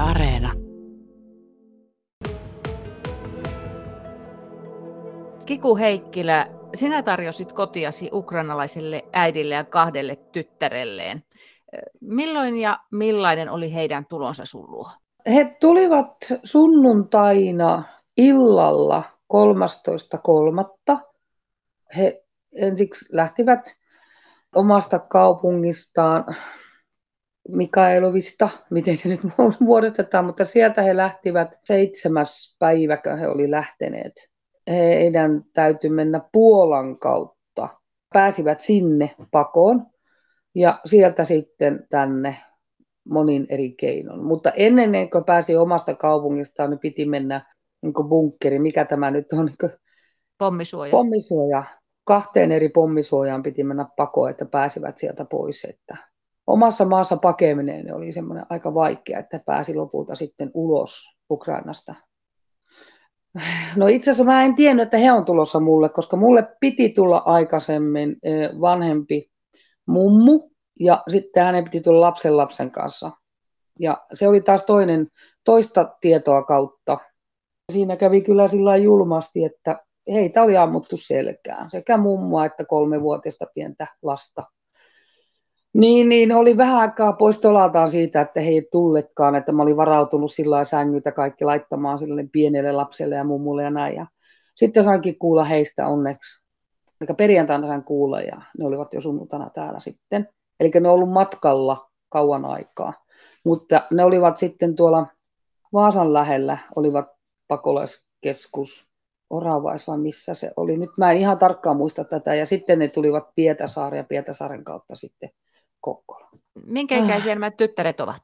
Areena. Kiku Heikkilä, sinä tarjosit kotiasi ukrainalaiselle äidille ja 2 tyttärelleen. Milloin ja millainen oli heidän tulonsa sun luo? He tulivat sunnuntaina illalla 13.3. He ensiksi lähtivät omasta kaupungistaan Mikhailovista, miten se nyt muodostetaan, mutta sieltä he lähtivät 7. päiväkö he oli lähteneet. Heidän täytyi mennä Puolan kautta. Pääsivät sinne pakoon ja sieltä sitten tänne monin eri keinoin. Mutta ennen kuin pääsi omasta kaupungistaan, niin piti mennä bunkkeri. Mikä tämä nyt on? Pommisuoja. 2 eri pommisuojaan piti mennä pakoon, että pääsivät sieltä pois. Että omassa maassa pakeminen oli semmoinen aika vaikea, että pääsi lopulta sitten ulos Ukrainasta. No itse asiassa mä en tiennyt, että he on tulossa mulle, koska mulle piti tulla aikaisemmin vanhempi mummu ja sitten hänen piti tulla lapsen kanssa. Ja se oli taas toista tietoa kautta. Siinä kävi kyllä sillä julmasti, että heitä oli ammuttu selkään, sekä mummua että 3-vuotiaista pientä lasta. Niin oli vähän aikaa pois tolaltaan siitä, että he ei tullekaan, että mä olin varautunut sillä sängytä kaikki laittamaan sille pienelle lapselle ja mummulle ja näin. Ja sitten sainkin kuulla heistä onneksi. Eli perjantaina sain kuulla ja ne olivat jo sunnuntaina täällä sitten. Eli ne on ollut matkalla kauan aikaa. Mutta ne olivat sitten tuolla Vaasan lähellä, olivat pakolaiskeskus Oravais vai missä se oli. Nyt mä en ihan tarkkaan muista tätä. Ja sitten ne tulivat Pietarsaareen ja Pietarsaaren kautta sitten Kokkola. Minkä ikäisiä nämä tyttäret ovat?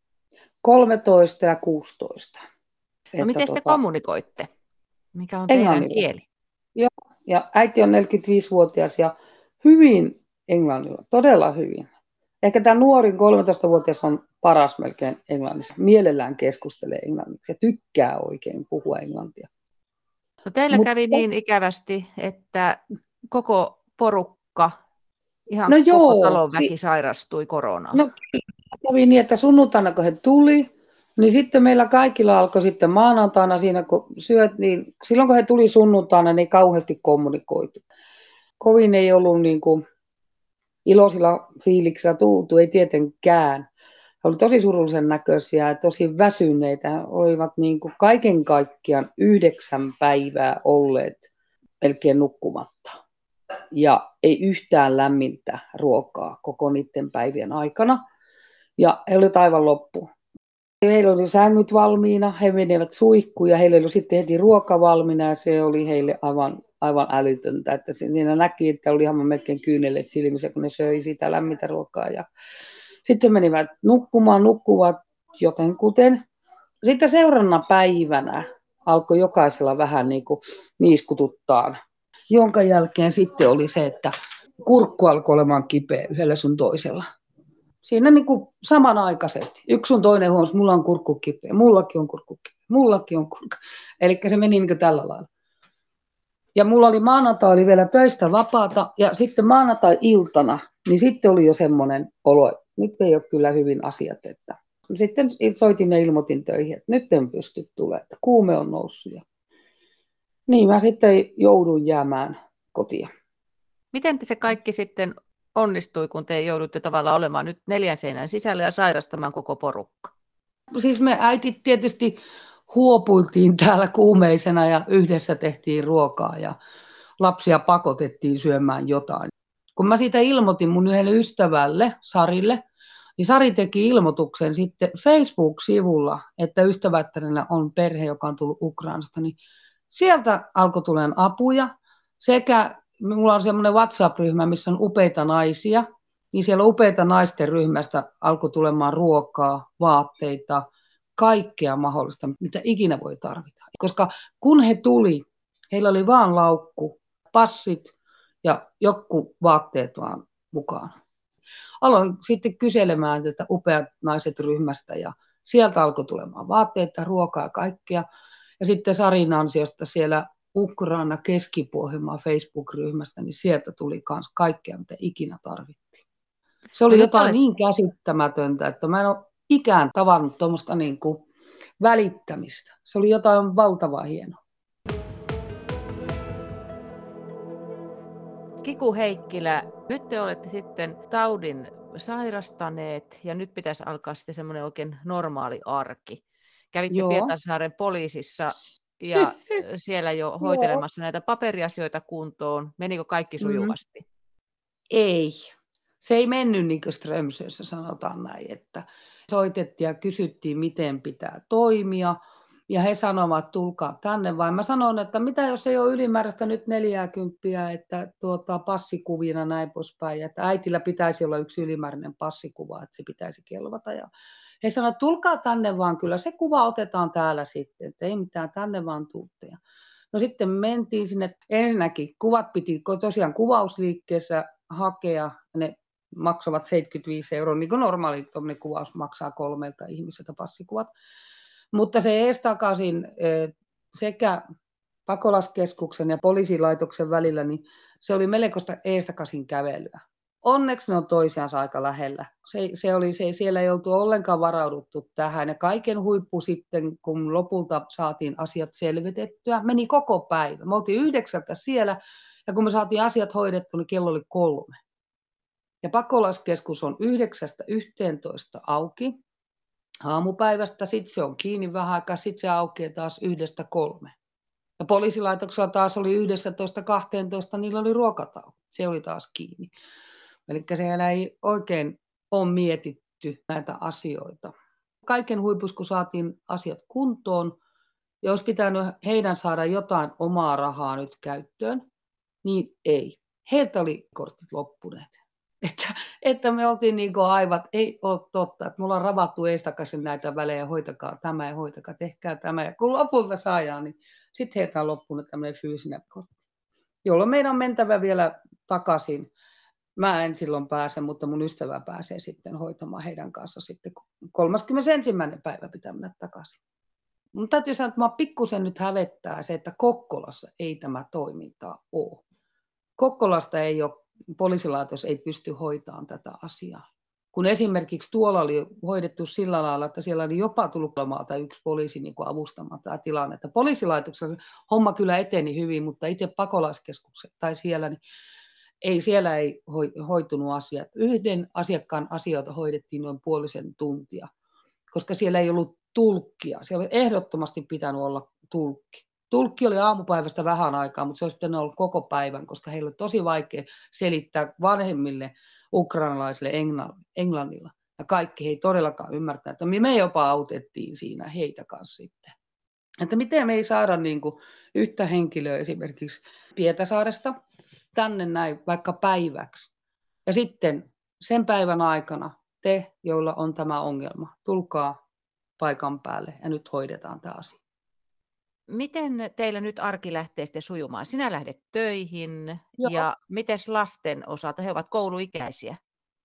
13 ja 16. No miten te kommunikoitte? Mikä on teidän kieli? Joo, ja äiti on 45-vuotias ja hyvin englannilla, todella hyvin. Ehkä tämä nuorin 13-vuotias on paras melkein englannissa. Mielellään keskustelee englanniksi ja tykkää oikein puhua englantia. No teillä kävi niin ikävästi, että koko porukka, koko talon väki sairastui koronaan. No kävi niin, että sunnuntaina kun he tuli, niin sitten meillä kaikilla alkoi sitten maanantaina siinä, kun niin silloin kun he tuli sunnuntaina, niin kauheasti kommunikoitu. Kovin ei ollut niin kuin iloisilla fiiliksillä tultu, ei tietenkään. He olivat tosi surullisen näköisiä ja tosi väsyneitä. He olivat niin kuin kaiken kaikkiaan 9 päivää olleet melkein nukkumatta. Ja ei yhtään lämmintä ruokaa koko niiden päivien aikana. Ja he olivat aivan loppu. Heillä oli sängyt valmiina, he menivät suihkuun ja heillä oli sitten heti ruoka valmiina ja se oli heille aivan älytöntä. Että siinä näki, että oli ihan melkein kyyneleet silmissä, kun ne söi sitä lämmintä ruokaa. Ja sitten menivät nukkuvat jotenkuten. Sitten seuraavana päivänä alkoi jokaisella vähän niin kuin niiskututtaa, jonka jälkeen sitten oli se, että kurkku alkoi olemaan kipeä yhdellä sun toisella. Siinä niin kuin samanaikaisesti. Yksi sun toinen huomasi, mulla on kurkku kipeä, mullakin on kurkku kipeä, mullakin on kurkku. Eli se meni niin kuin tällä lailla. Ja mulla oli maanantai oli vielä töistä vapaata ja sitten maanantai-iltana, niin sitten oli jo semmoinen olo, että nyt ei ole kyllä hyvin asiat. Että sitten soitin ja ilmoitin töihin, että nyt en pysty tulemaan, että kuume on noussut. Ja niin mä sitten joudun jäämään kotiin. Miten se kaikki sitten onnistui, kun te joudutte tavallaan olemaan nyt 4 seinän sisällä ja sairastamaan koko porukka? Siis me äitit tietysti huopuiltiin täällä kuumeisena ja yhdessä tehtiin ruokaa ja lapsia pakotettiin syömään jotain. Kun mä siitä ilmoitin mun yhdelle ystävälle, Sarille, niin Sari teki ilmoituksen sitten Facebook-sivulla, että ystävättärillä on perhe, joka on tullut Ukrainasta, niin sieltä alkoi tulemaan apuja sekä mulla on semmoinen WhatsApp-ryhmä, missä on upeita naisia, niin siellä upeita naisten ryhmästä alkoi tulemaan ruokaa, vaatteita, kaikkea mahdollista, mitä ikinä voi tarvita. Koska kun he tuli, heillä oli vaan laukku, passit ja joku vaatteet vaan mukaan. Aloin sitten kyselemään tätä upeat naiset ryhmästä ja sieltä alkoi tulemaan vaatteita, ruokaa ja kaikkea. Ja sitten Sarin ansiosta siellä Ukraina Keski-Pohjanmaan Facebook-ryhmästä, niin sieltä tuli myös kaikkea, mitä ikinä tarvittiin. Se oli jotain niin käsittämätöntä, että mä en ole ikään tavannut tuommoista niin kuin välittämistä. Se oli jotain valtavaa hienoa. Kiku Heikkilä, nyt te olette sitten taudin sairastaneet ja nyt pitäisi alkaa sitten semmoinen oikein normaali arki. Kävitte Joo. Pietarsaaren poliisissa ja siellä jo hoitelemassa näitä paperiasioita kuntoon. Menikö kaikki sujuvasti? Ei. Se ei mennyt niin kuin Strömsössä, sanotaan näin, että soitettiin ja kysyttiin, miten pitää toimia. Ja he sanovat, että tulkaa tänne, vai mä sanon, että mitä jos ei ole ylimääräistä nyt 40, että passikuvina näin poispäin, että äitillä pitäisi olla yksi ylimääräinen passikuva, että se pitäisi kelvata. Ja he sanoivat, että tulkaa tänne vaan, kyllä se kuva otetaan täällä sitten, että ei mitään, tänne vaan tuutte. No sitten mentiin sinne, ensinnäkin kuvat piti tosiaan kuvausliikkeessä hakea, ne maksavat 75 €, niin kuin normaali kuvaus maksaa 3 ihmiseltä passikuvat. Mutta se eestakaisin sekä Pakolaskeskuksen ja poliisilaitoksen välillä, niin se oli melkoista eestakaisin kävelyä. Onneksi ne on toisiansa aika lähellä. Siellä ei oltu ollenkaan varauduttu tähän. Ja kaiken huippu sitten, kun lopulta saatiin asiat selvitettyä, meni koko päivä. Me oltiin 9 siellä, ja kun me saatiin asiat hoidettu, niin kello oli 3. Ja Pakolaiskeskus on 9–11 auki aamupäivästä, sitten se on kiinni vähän aikaa, sitten se aukeaa taas 1–3. Ja poliisilaitoksella taas oli 11–12, niillä oli ruokatauko. Se oli taas kiinni. Eli siellä ei oikein ole mietitty näitä asioita. Kaiken huipussa, kun saatiin asiat kuntoon, ja olisi pitänyt heidän saada jotain omaa rahaa nyt käyttöön, niin ei. Heiltä oli kortit loppuneet. Että me oltiin niin kuin aivan, ei ole totta, että me ollaan ravattu eestakaisin näitä välejä, hoitakaa tämä ja hoitakaa, tehkää tämä. Ja kun lopulta saadaan, niin sitten heiltä on loppunut tämmöinen fyysinen kortti, jolloin meidän on mentävä vielä takaisin. Mä en silloin pääse, mutta mun ystävä pääsee sitten hoitamaan heidän kanssa sitten 31. päivä pitää mennä takaisin. Mun täytyy sanoa, että mä pikkusen nyt hävettää se, että Kokkolassa ei tämä toimintaa ole. Kokkolasta ei ole, poliisilaitos ei pysty hoitamaan tätä asiaa. Kun esimerkiksi tuolla oli hoidettu sillä lailla, että siellä oli jopa tullut lomalta yksi poliisi niin kuin avustamaan tämä tilanne. Poliisilaitoksessa homma kyllä eteni hyvin, mutta itse Pakolaiskeskuksessa tai siellä, niin siellä ei hoitunut asiat. Yhden asiakkaan asioita hoidettiin noin puolisen tuntia, koska siellä ei ollut tulkkia. Siellä oli ehdottomasti pitänyt olla tulkki. Tulkki oli aamupäivästä vähän aikaa, mutta se olisi pitänyt olla koko päivän, koska heillä oli tosi vaikea selittää vanhemmille ukrainalaisille englannilla. Ja kaikki he ei todellakaan ymmärtäneet, että me jopa autettiin siinä heitä kanssa sitten. Että miten me ei saada niin kuin yhtä henkilöä esimerkiksi Pietarsaaresta tänne näin vaikka päiväksi. Ja sitten sen päivän aikana te, joilla on tämä ongelma, tulkaa paikan päälle ja nyt hoidetaan tämä asia. Miten teillä nyt arki lähtee sitten sujumaan? Sinä lähdet töihin. Joo. Ja miten lasten osalta? He ovat kouluikäisiä.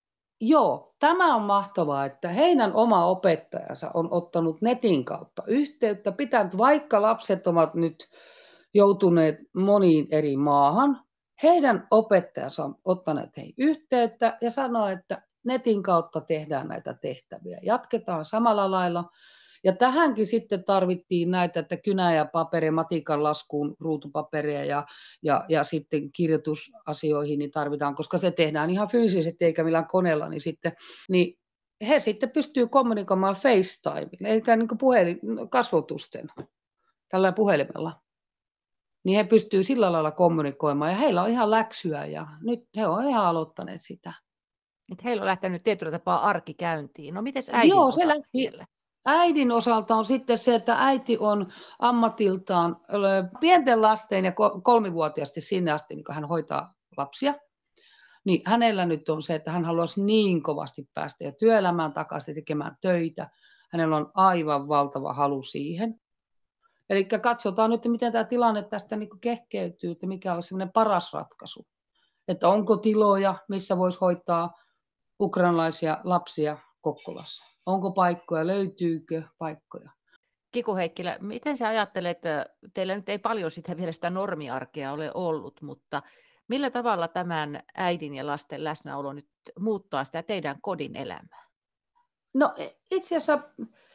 Joo, tämä on mahtavaa, että heidän oma opettajansa on ottanut netin kautta yhteyttä, pitänyt, vaikka lapset ovat nyt joutuneet moniin eri maahan, heidän opettajansa on ottaneet heihin yhteyttä ja sanoo, että netin kautta tehdään näitä tehtäviä. Jatketaan samalla lailla. Ja tähänkin sitten tarvittiin näitä, että kynä ja paperi, matikan laskuun, ruutupaperia ja sitten kirjoitusasioihin niin tarvitaan, koska se tehdään ihan fyysisesti eikä millään koneella, niin he sitten pystyy kommunikoimaan FaceTimella, eli niin kasvotusten, tällä puhelimella. Niin he pystyy sillä lailla kommunikoimaan ja heillä on ihan läksyä ja nyt he on ihan aloittaneet sitä. Että heillä on lähtenyt tietyllä tapaa arki käyntiin. No miten äidin Joo, osalta siellä? Äidin osalta on sitten se, että äiti on ammatiltaan pienten lasten ja 3-vuotiaasti sinne asti, niin kun hän hoitaa lapsia, niin hänellä nyt on se, että hän haluaisi niin kovasti päästä jo työelämään takaisin tekemään töitä. Hänellä on aivan valtava halu siihen. Eli katsotaan nyt, miten tämä tilanne tästä niin kehkeytyy, että mikä on semmoinen paras ratkaisu. Että onko tiloja, missä voisi hoitaa ukrainalaisia lapsia Kokkolassa. Onko paikkoja, löytyykö paikkoja? Kiku Heikkilä, miten sä ajattelet, teillä nyt ei paljon vielä sitä normiarkea ole ollut, mutta millä tavalla tämän äidin ja lasten läsnäolo nyt muuttaa sitä teidän kodin elämää? No itse asiassa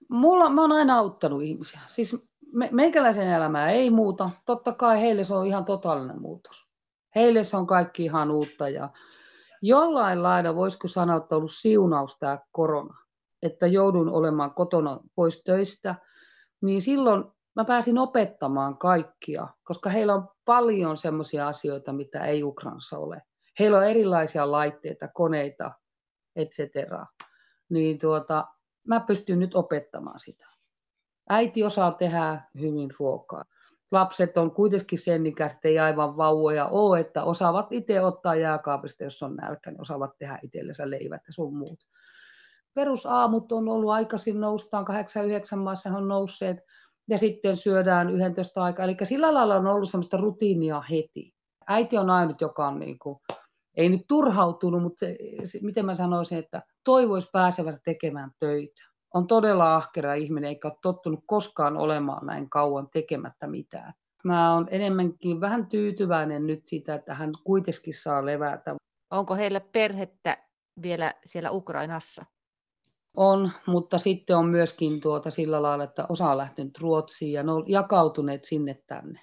Mä oon aina auttanut ihmisiä. Siis meikäläisen elämää ei muuta. Totta kai heille se on ihan totaalinen muutos. Heille se on kaikki ihan uutta ja jollain lailla voisiko sanoa, että on ollut siunaus tämä korona, että joudun olemaan kotona pois töistä, niin silloin mä pääsin opettamaan kaikkia, koska heillä on paljon semmoisia asioita, mitä ei Ukrainassa ole. Heillä on erilaisia laitteita, koneita, etc. Niin mä pystyn nyt opettamaan sitä. Äiti osaa tehdä hyvin ruokaa. Lapset on kuitenkin sen ikäistä, ei aivan vauvoja ole, että osaavat itse ottaa jääkaapista, jos on nälkä, niin osaavat tehdä itsellensä leivät ja sun muut. Perusaamut on ollut aikaisin, noustaan 8-9 maassa on nousseet, ja sitten syödään 11 aikaa. Eli sillä lailla on ollut sellaista rutiinia heti. Äiti on ainut, joka on ei nyt turhautunut, mutta miten mä sanoisin, että toivoisi pääsevänsä tekemään töitä. On todella ahkera ihminen, eikä ole tottunut koskaan olemaan näin kauan tekemättä mitään. Mä oon enemmänkin vähän tyytyväinen nyt siitä, että hän kuitenkin saa levätä. Onko heillä perhettä vielä siellä Ukrainassa? On, mutta sitten on myöskin sillä lailla, että osa on lähtenyt Ruotsiin ja ne on jakautuneet sinne tänne.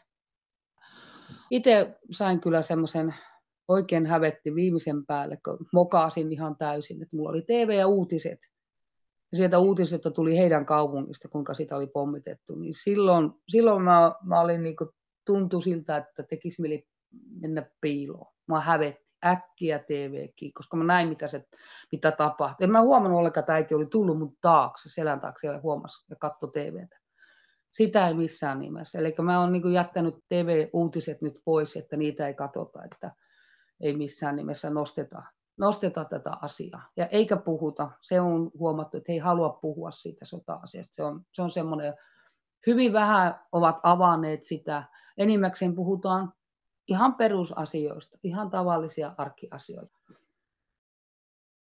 Itse sain kyllä semmoisen oikein hävetti viimeisen päälle, kun mokaasin ihan täysin, että mulla oli TV ja uutiset. Ja sieltä uutisesta tuli heidän kaupungista, kuinka sitä oli pommitettu. Niin silloin mä olin tuntui siltä, että tekisi mieli mennä piiloon. Mä hävetti äkkiä TV:kin, koska mä näin, mitä tapahtui. En mä huomannut ollenkaan, että äiti oli tullut mun taakse, selän taakse ja huomasi ja katsoi TV:tä. Sitä ei missään nimessä. Eli mä oon jättänyt TV-uutiset nyt pois, että niitä ei katsota, että ei missään nimessä nosteta tätä asiaa. Ja eikä puhuta. Se on huomattu, että he ei halua puhua siitä sota-asiasta. Se on semmoinen, hyvin vähän ovat avanneet sitä. Enimmäkseen puhutaan ihan perusasioista, ihan tavallisia arkiasioita.